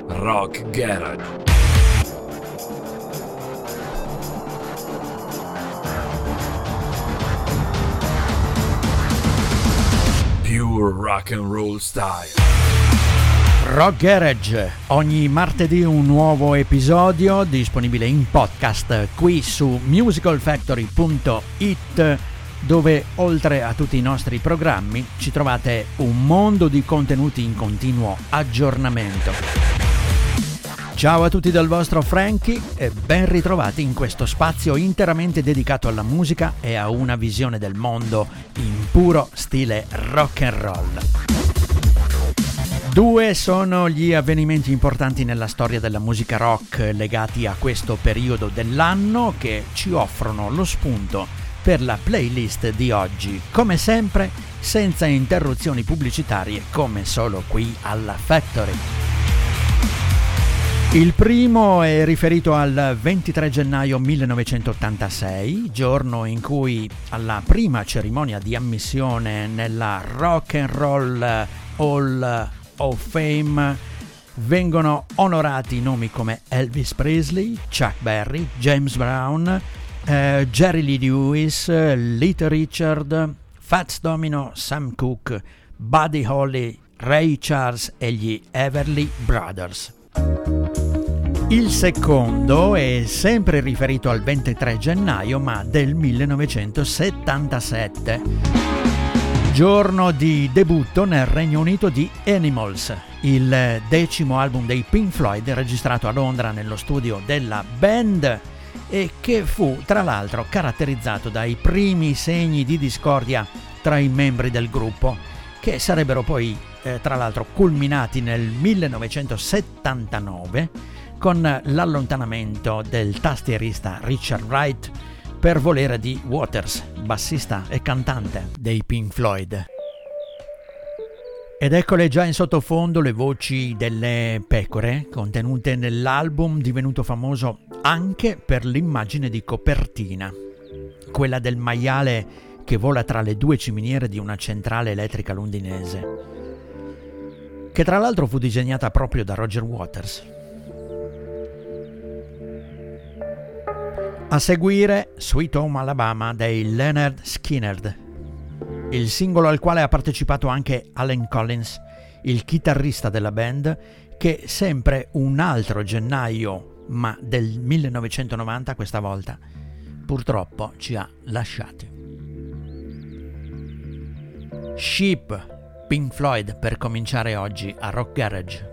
Rock Garage. Pure rock and roll style. Rock Garage, ogni martedì un nuovo episodio disponibile in podcast qui su musicalfactory.it, dove oltre a tutti i nostri programmi ci trovate un mondo di contenuti in continuo aggiornamento. Ciao a tutti dal vostro Frankie e ben ritrovati in questo spazio interamente dedicato alla musica e a una visione del mondo in puro stile rock and roll. Due sono gli avvenimenti importanti nella storia della musica rock legati a questo periodo dell'anno che ci offrono lo spunto per la playlist di oggi, come sempre senza interruzioni pubblicitarie come solo qui alla Factory. Il primo è riferito al 23 gennaio 1986, giorno in cui alla prima cerimonia di ammissione nella Rock and Roll Hall of Fame vengono onorati nomi come Elvis Presley, Chuck Berry, James Brown, Jerry Lee Lewis, Little Richard, Fats Domino, Sam Cooke, Buddy Holly, Ray Charles e gli Everly Brothers. Il secondo è sempre riferito al 23 gennaio ma del 1977, giorno di debutto nel Regno Unito di Animals, il 10° album dei Pink Floyd registrato a Londra nello studio della band e che fu tra l'altro caratterizzato dai primi segni di discordia tra i membri del gruppo, che sarebbero poi tra l'altro culminati nel 1979 con l'allontanamento del tastierista Richard Wright per volere di Waters, bassista e cantante dei Pink Floyd. Ed eccole già in sottofondo le voci delle pecore contenute nell'album divenuto famoso anche per l'immagine di copertina, quella del maiale che vola tra le due ciminiere di una centrale elettrica londinese, che tra l'altro fu disegnata proprio da Roger Waters. A seguire Sweet Home Alabama dei Lynyrd Skynyrd, il singolo al quale ha partecipato anche Allen Collins, il chitarrista della band, che sempre un altro gennaio, ma del 1990 questa volta, purtroppo ci ha lasciati. Sheep, Pink Floyd per cominciare oggi a Rock Garage.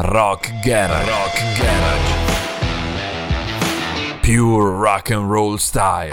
Rock Garage. Pure rock and roll style.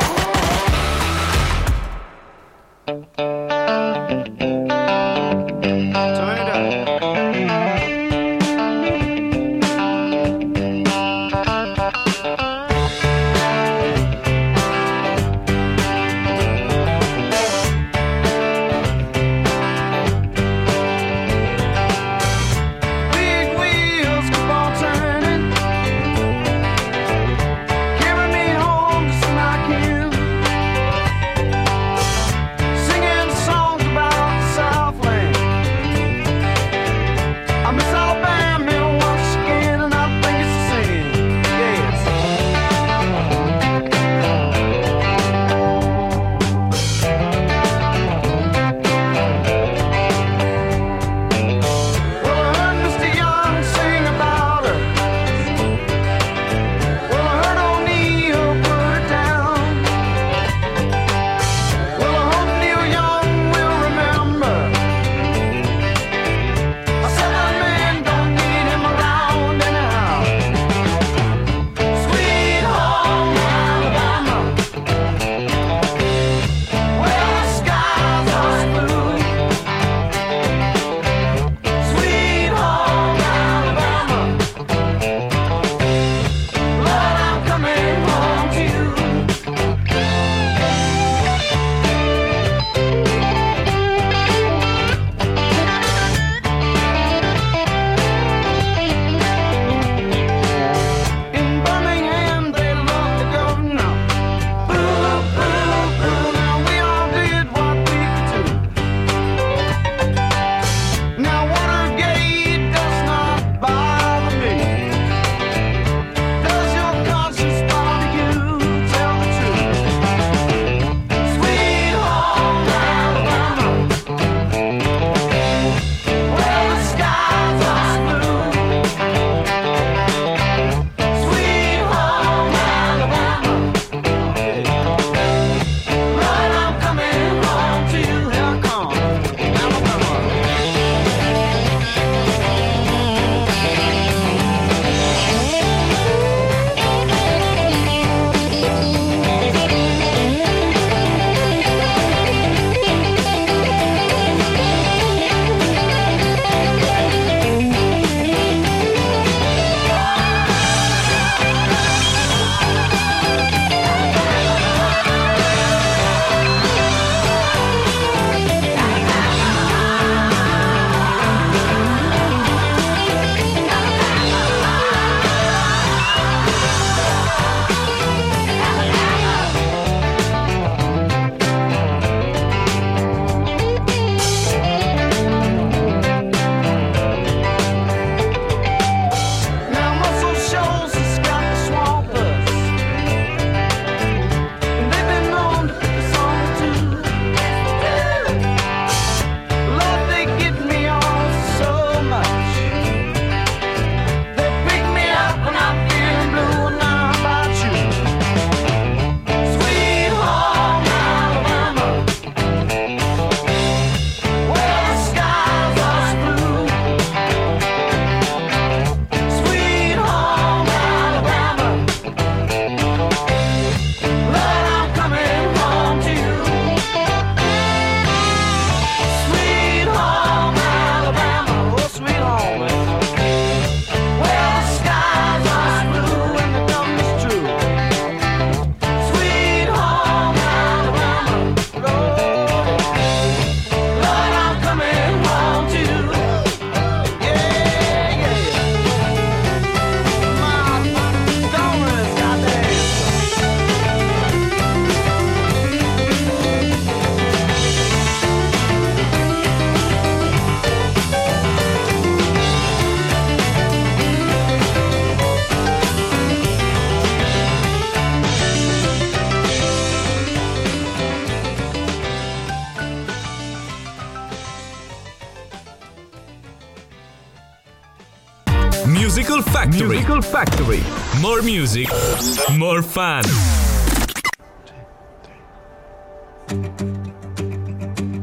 Musical Factory. Musical Factory. More music, more fun.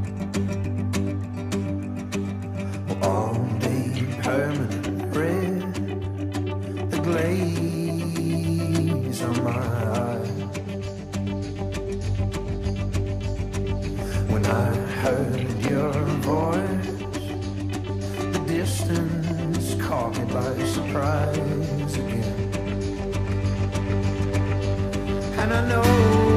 All day permanent red. when I heard your voice. The distance caught me by surprise again. And I know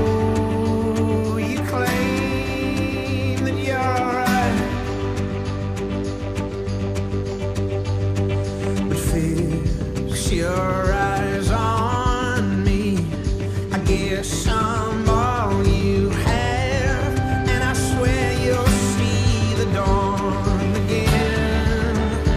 you claim that you're alright, but fix your eyes on me. I guess I'm all you have, and I swear you'll see the dawn again.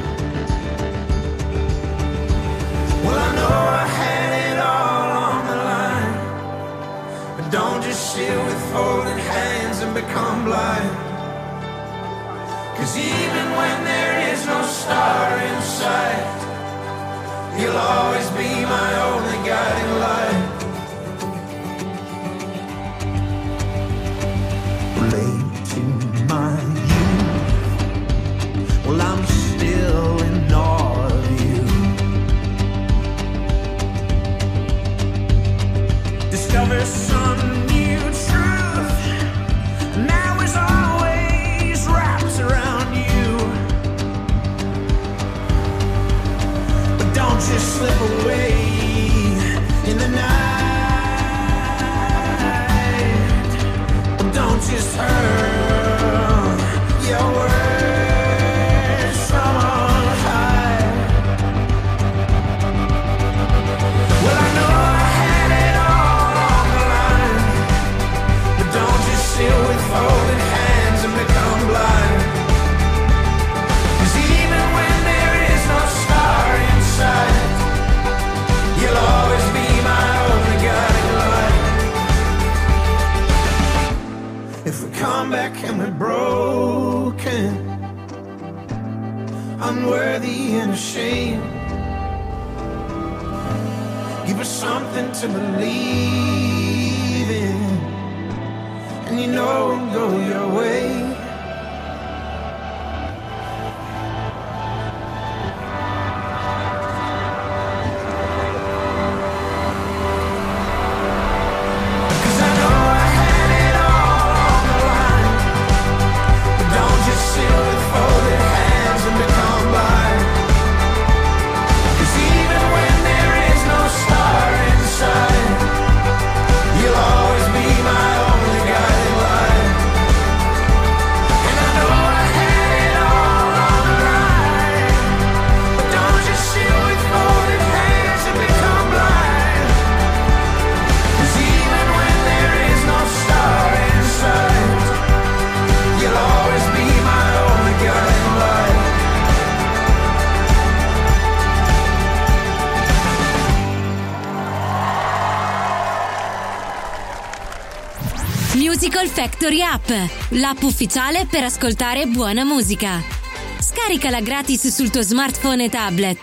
Well, I know I had it all on the line, but don't just sit with folded hands and become blind. 'Cause even when there is no star in sight, you'll always be my only guiding light. Late in my youth, well, I'm still in awe of you. Discover some new truth, now is always wrapped around you. But don't just slip away in the night. Don't just hurl your words from on high. Well, I know I had it all on the line, but don't just sit with folded hands and become blind. 'Cause even when there is no star in sight, you'll always be my only guiding light. If we come back and we're broken, unworthy and ashamed, give us something to believe in, and you know it'll go your way. Musical Factory App, l'app ufficiale per ascoltare buona musica. Scaricala gratis sul tuo smartphone e tablet.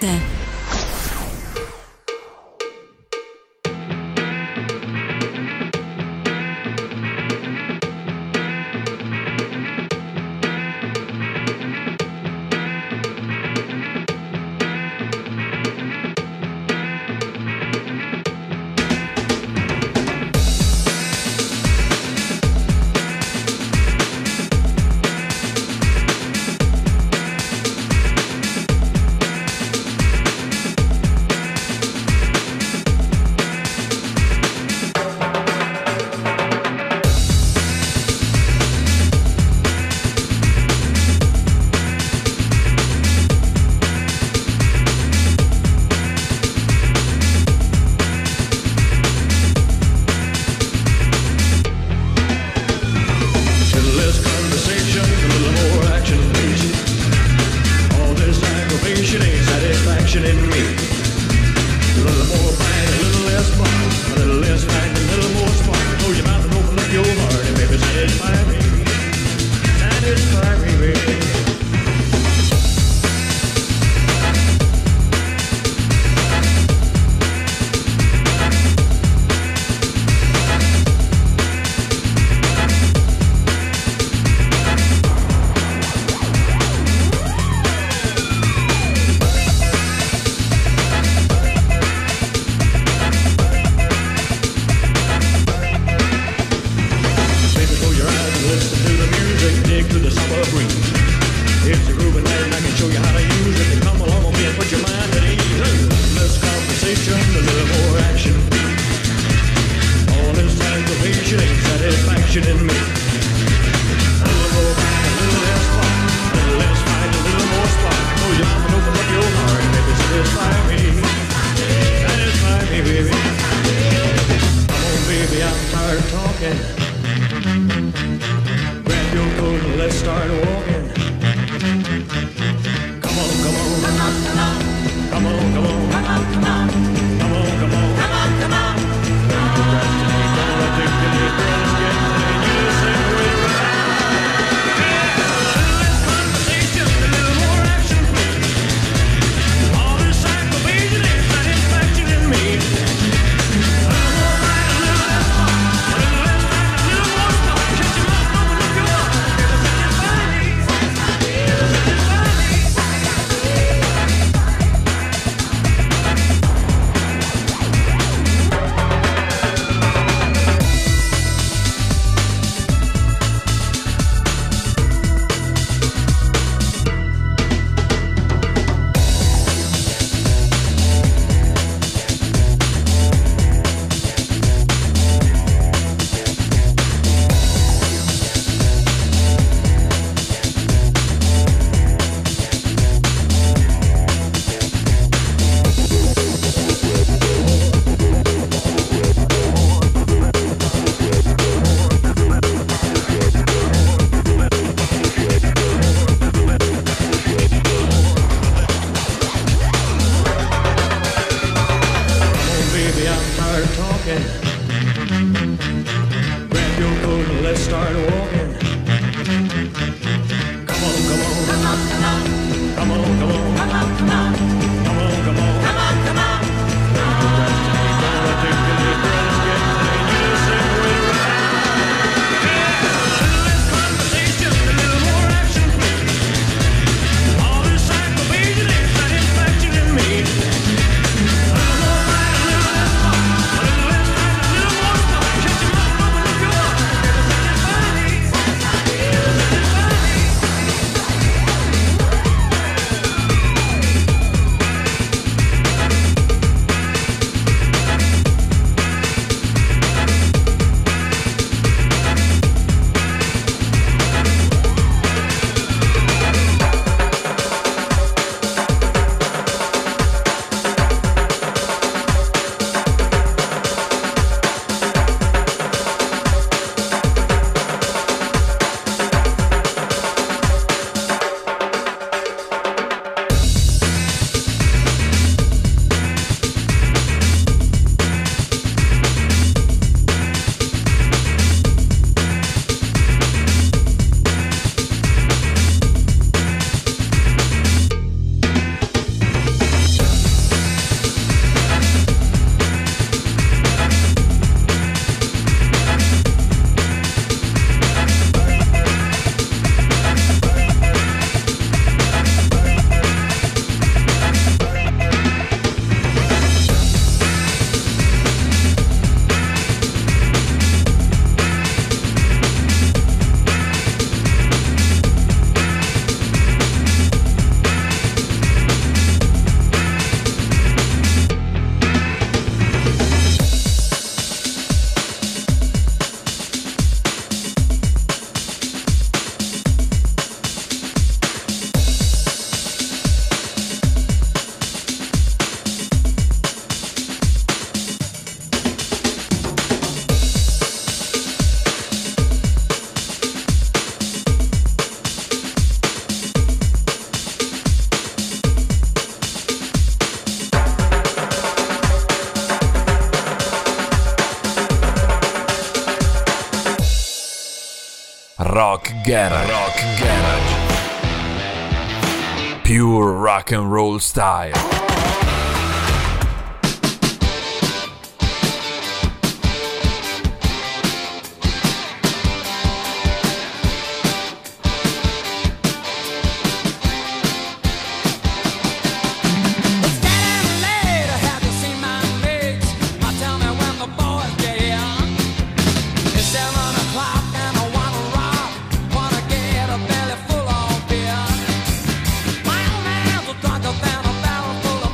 let's start walking. Come on, come on, come on, come on, come on, come on, come on, come on, come on, come on, come on, come on. Don't procrastinate, don't articulate, girls get clean, you sing with right. Yeah, a little less conversation, a little more action, please. All this aggravation is satisfaction in me. A little more right, a little less talk, a little less time, a little more talk. Shut your mouth, open up your heart. It'll satisfy me. It'll satisfy me. Baby, I'm tired of talking. Grab your coat and let's start walking. Come on, come on, come on, come on, come on, come on, come on, come on, come on, come on, come on, come on. Don't procrastinate, don't articulate, girls get clean, you sing with right. Yeah, a little less conversation, a little more action, please. All this aggravation is satisfaction in me. A little more right, a little less talk, a little less time, a little more talk. Shut your mouth, open up your heart. It'll satisfy me. It'll satisfy me. Rock Garage. Pure rock and roll style. Drunk a battle full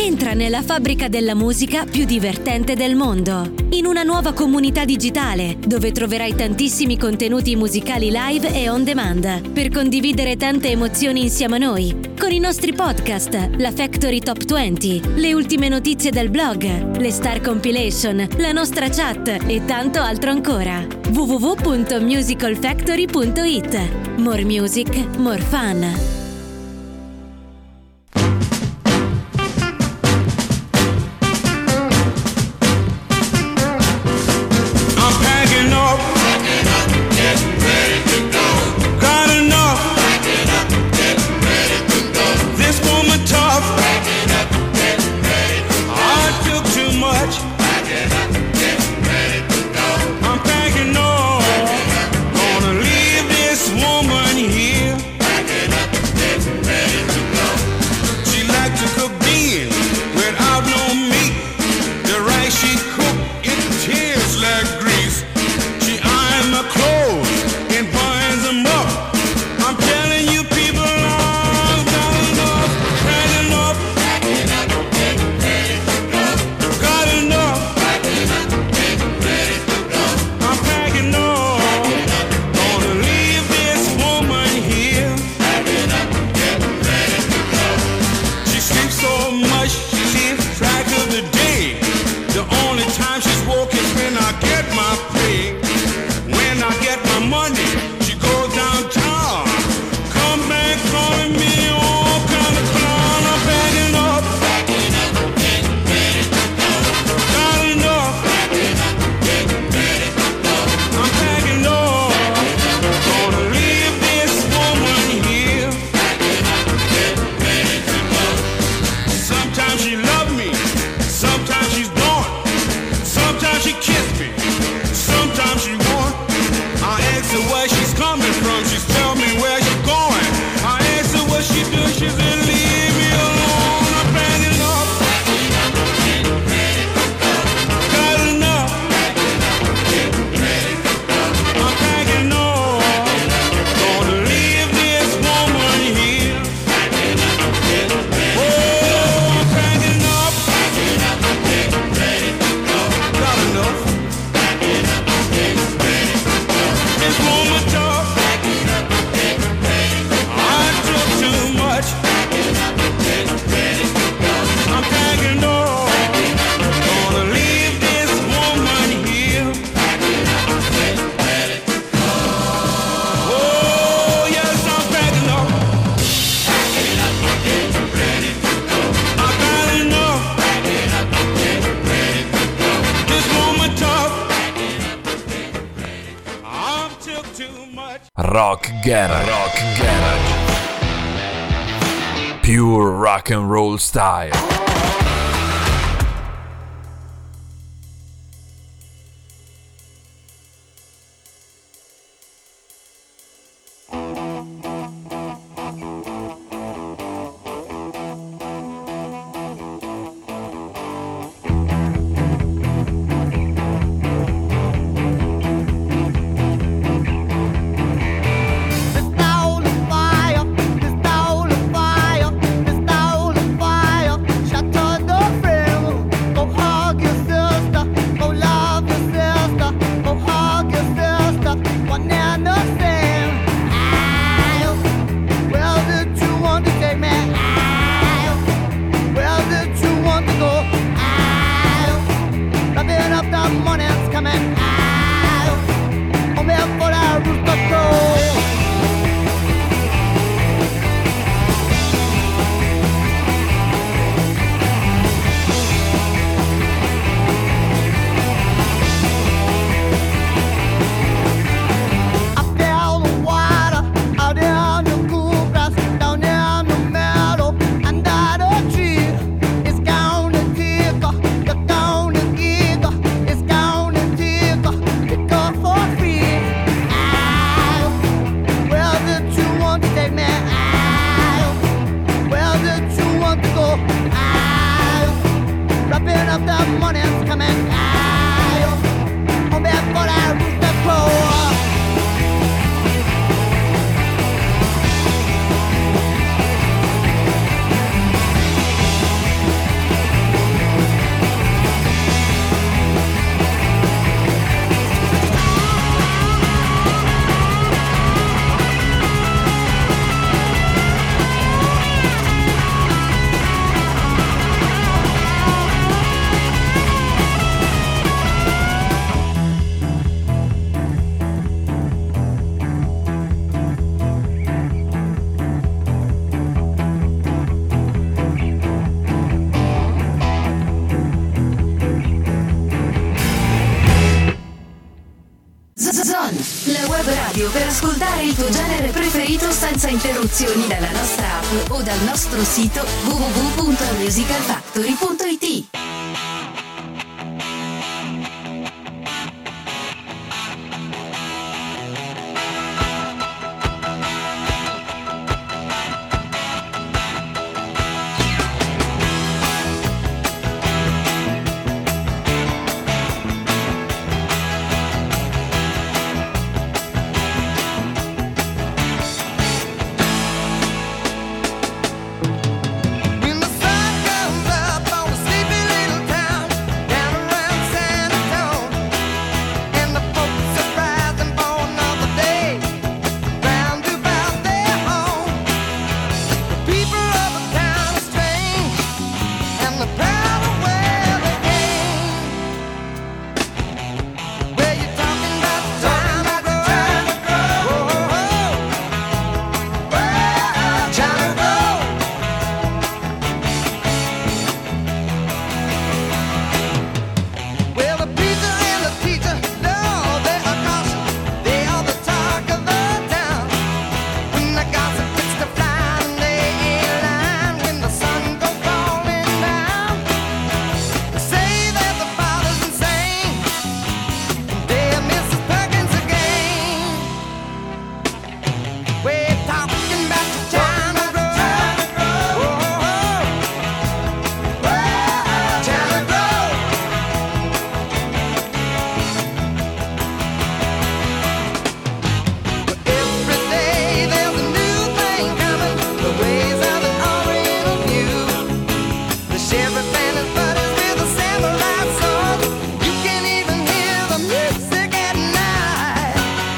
Entra nella fabbrica della musica più divertente del mondo, in una nuova comunità digitale dove troverai tantissimi contenuti musicali live e on demand per condividere tante emozioni insieme a noi, con i nostri podcast, la Factory Top 20, le ultime notizie del blog, le Star Compilation, la nostra chat e tanto altro ancora. www.musicalfactory.it. More music, more fun. Rock Garage. Pure rock and roll style. Shut Zone, la web radio per ascoltare il tuo genere preferito senza interruzioni dalla nostra app o dal nostro sito www.musicalfactory.it. When the sun comes up on a sleepy little town down around San Antonio, and the folks are rising for another day, round about their home. The people of the town are strange, and they're proud of where they came. Where you talking about the time I grow? Time to grow. Well, the preacher and the teacher, no, they are caution. They are the talk of the town. When the gossip gets to flying, they ain't lying. When the sun goes falling down, they say that the father's insane. Dear Mrs. Perkins again. We're talking about the time to grow. Time to grow. Every day there's a new thing coming. The ways of it are in view. The sheriff and his buddies with a samurai sword. You can even hear the music at night.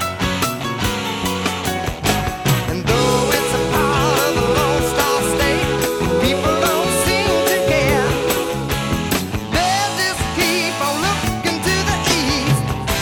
And though it's a part of the Lone Star State, people don't seem to care. They'll just keep on looking to the east.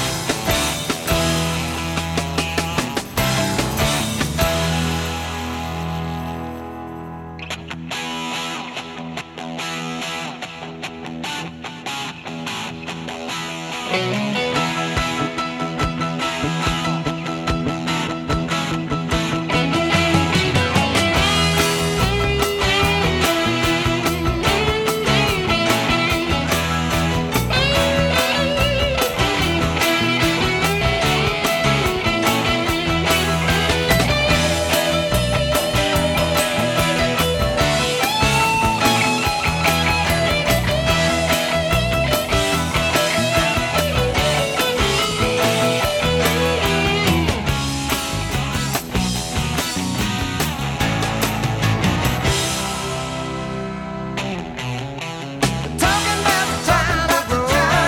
Talking about the time to grow.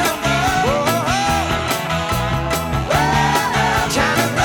Time to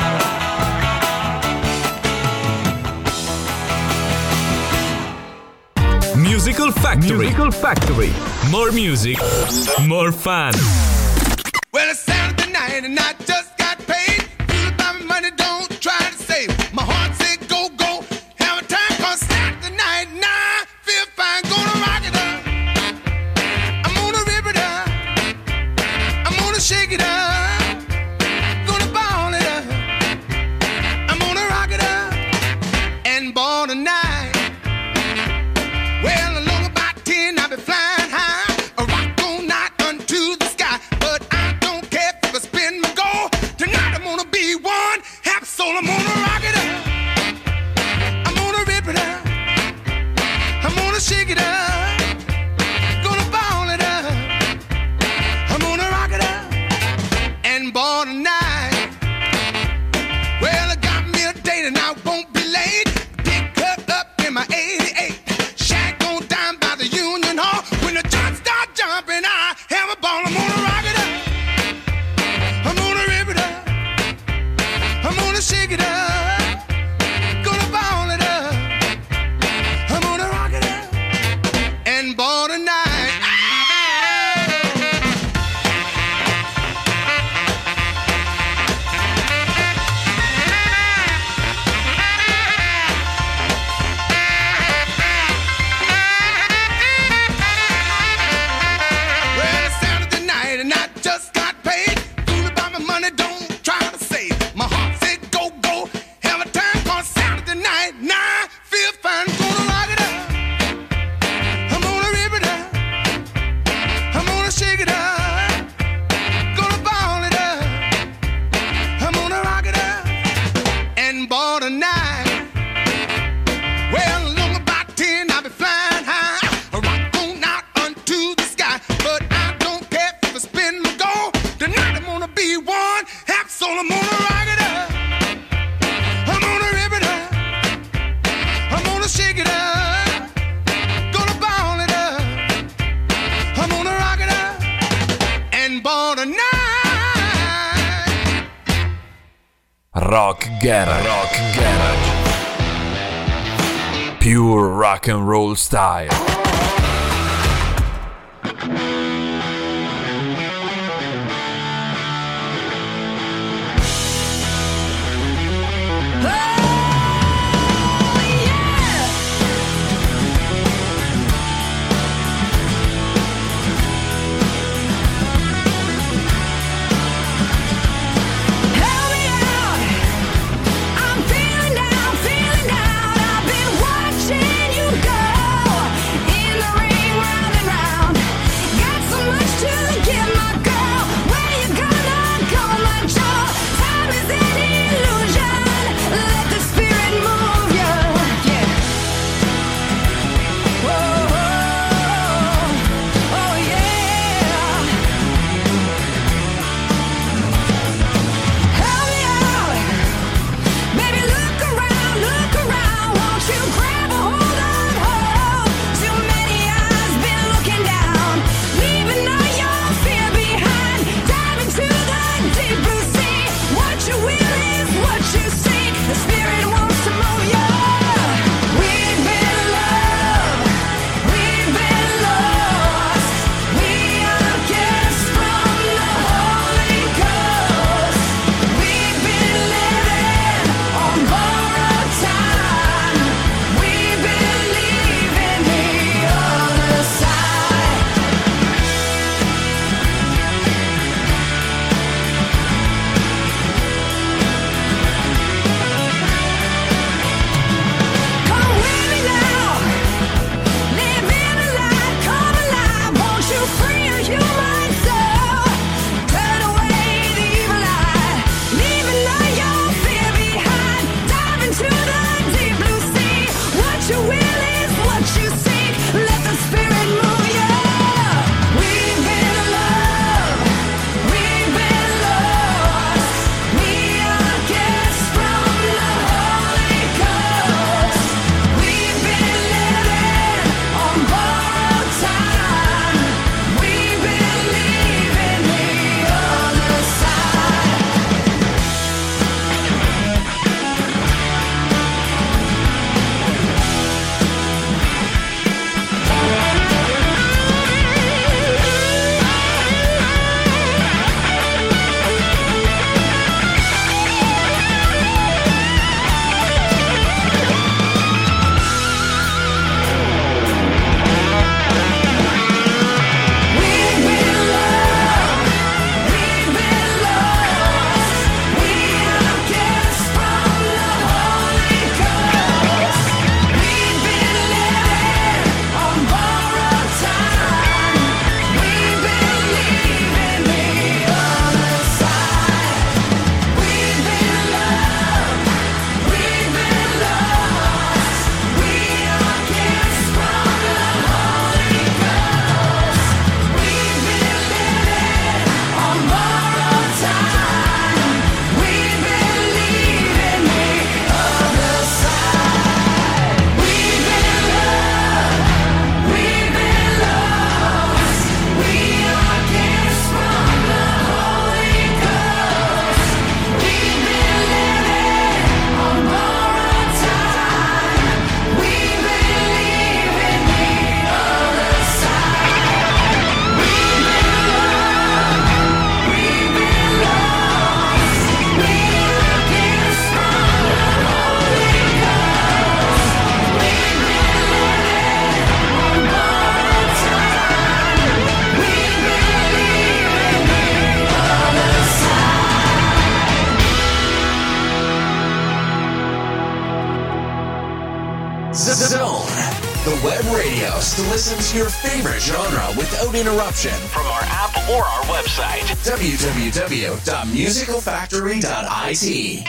grow. Musical Factory. More music, more fun. Well, it's Saturday night and I just got paid. Feel about my money, don't try to save. My heart said go, go. Have a time called Saturday night. Nah, feel fine, gonna rock it up. I'm gonna rip it up. I'm gonna shake it up. Gonna ball it up. I'm gonna rock it up. And ball tonight. Well, along about 10, I'll be flying high. A rock all night unto the sky. But I don't care if I spin my gold. Tonight I'm gonna be one happy soul. I'm gonna rock it up. I'm gonna rip it up. I'm gonna shake it up. Gonna ball it up. I'm gonna rock it up. And ball tonight. Well, I got me a date and I won't be late. Pick her up in my 88. Shack on down by the Union Hall. When the jump start jumping, I have a ball. I'm gonna rock it up. I'm gonna rip it up. I'm gonna shake it up. Gonna ball it up. I'm gonna rock it up. And ball tonight. I'm gonna rock it up. I'm gonna rip it up. I'm gonna shake it up. Gonna ball it up. I'm gonna rock it up and ball tonight. Rock Garage. Pure rock and roll style. Zone, the web radio to listen to your favorite genre without interruption from our app or our website, www.musicalfactory.it.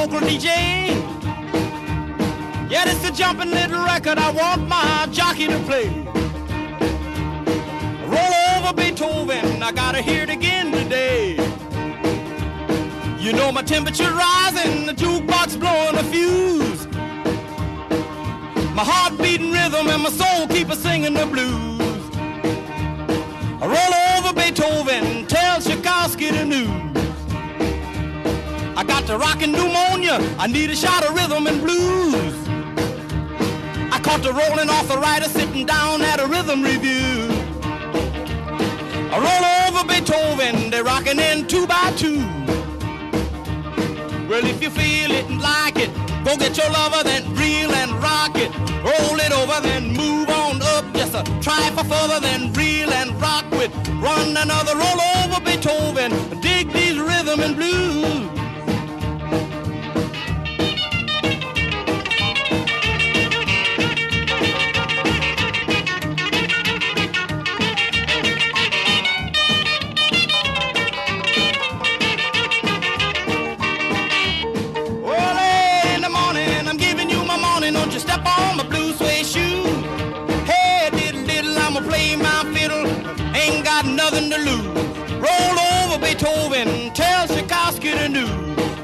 local DJ. Yeah, this is a jumping little record I want my jockey to play. Roll over Beethoven, I gotta hear it again today. You know my temperature rising, the jukebox blowing a fuse. My heart beating rhythm and my soul keep a singing the blues. Roll over Beethoven, tell Tchaikovsky the news. I got the rockin' pneumonia, I need a shot of rhythm and blues. I caught the rolling arthritis sitting down at a rhythm review. I roll over Beethoven, they're rockin' in 2 by 2. Well, if you feel it and like it, go get your lover, then reel and rock it. Roll it over, then move on up. Just a try for further, then reel and rock with. Run another roll over Beethoven. Dig these rhythm and blues. Nothing to lose. Roll over Beethoven, tell Tchaikovsky the news.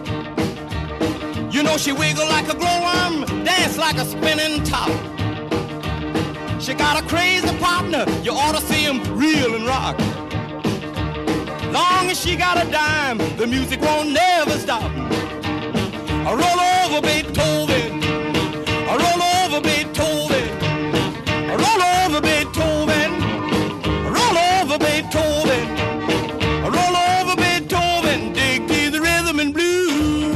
You know she wiggle like a glowworm, dance like a spinning top. She got a crazy partner, you ought to see him reel and rock. Long as she got a dime, the music won't never stop. I roll over Beethoven, I roll over Beethoven, I roll over Beethoven, I roll over Beethoven, I roll over Beethoven, dig through the rhythm and blues.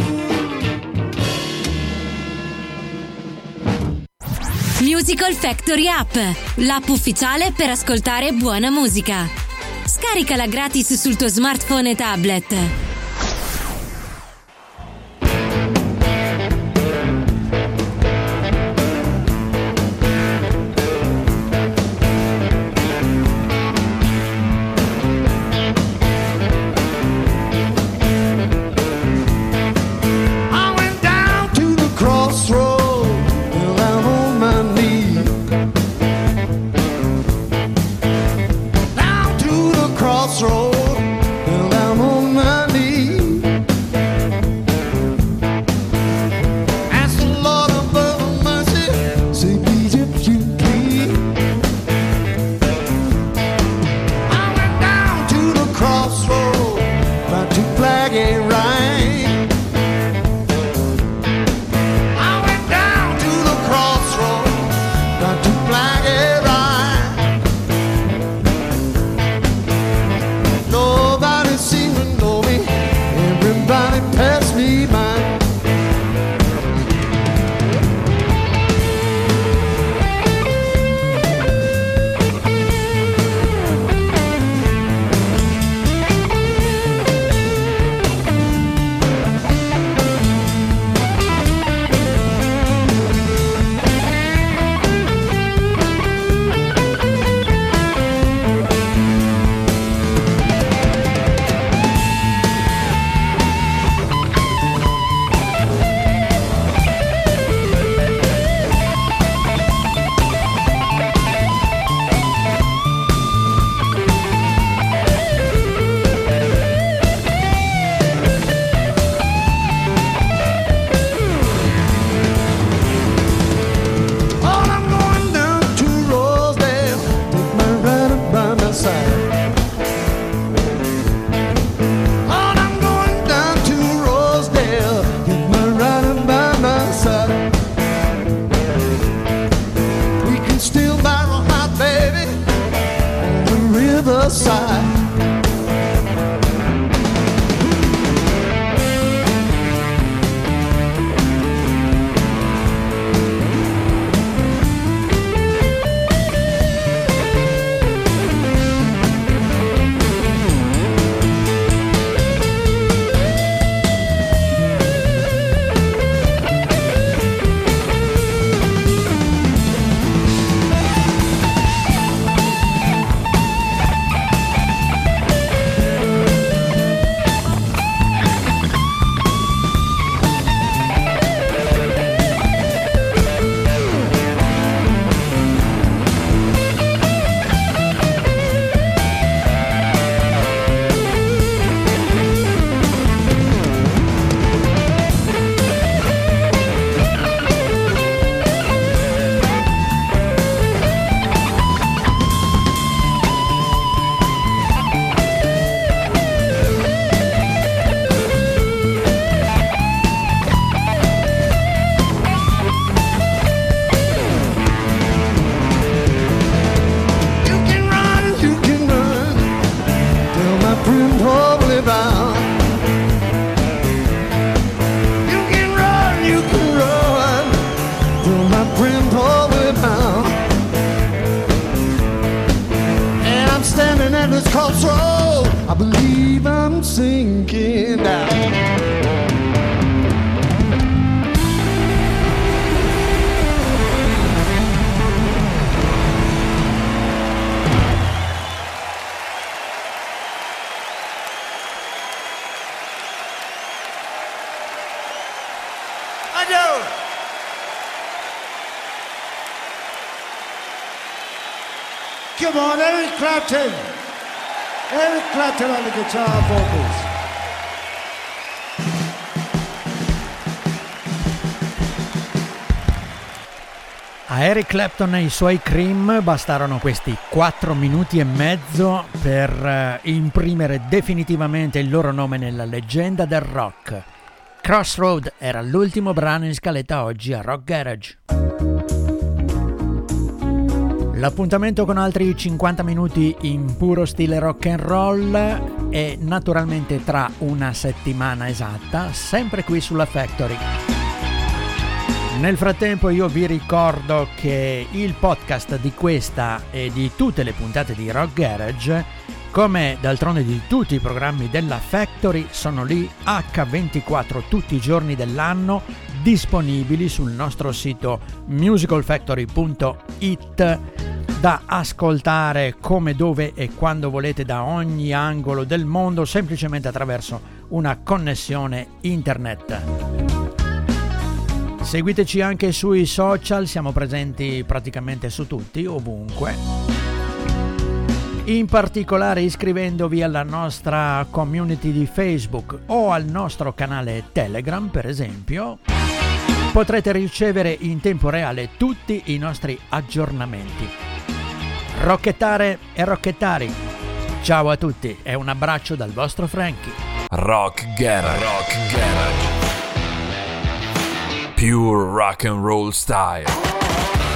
Musical Factory App, l'app ufficiale per ascoltare buona musica. Scaricala gratis sul tuo smartphone e tablet. Crossroad, down on my knees. crossroad, I believe I'm sinking down. Come on, Eric Clapton. Eric Clapton on the guitar vocals. A Eric Clapton e i suoi Cream bastarono questi 4 minuti e mezzo per imprimere definitivamente il loro nome nella leggenda del rock. Crossroad era l'ultimo brano in scaletta oggi a Rock Garage. L'appuntamento con altri 50 minuti in puro stile rock and roll è naturalmente tra una settimana esatta, sempre qui sulla Factory. Nel frattempo io vi ricordo che il podcast di questa e di tutte le puntate di Rock Garage, come d'altronde di tutti i programmi della Factory, sono lì H24 tutti i giorni dell'anno, disponibili sul nostro sito musicalfactory.it, da ascoltare come, dove e quando volete da ogni angolo del mondo, semplicemente attraverso una connessione internet. Seguiteci anche sui social, siamo presenti praticamente su tutti, ovunque. In particolare iscrivendovi alla nostra community di Facebook o al nostro canale Telegram, per esempio, potrete ricevere in tempo reale tutti i nostri aggiornamenti. Rockettare e rockettari, ciao a tutti e un abbraccio dal vostro Frankie. Rock Garage. Rock Garage. Pure rock and roll style.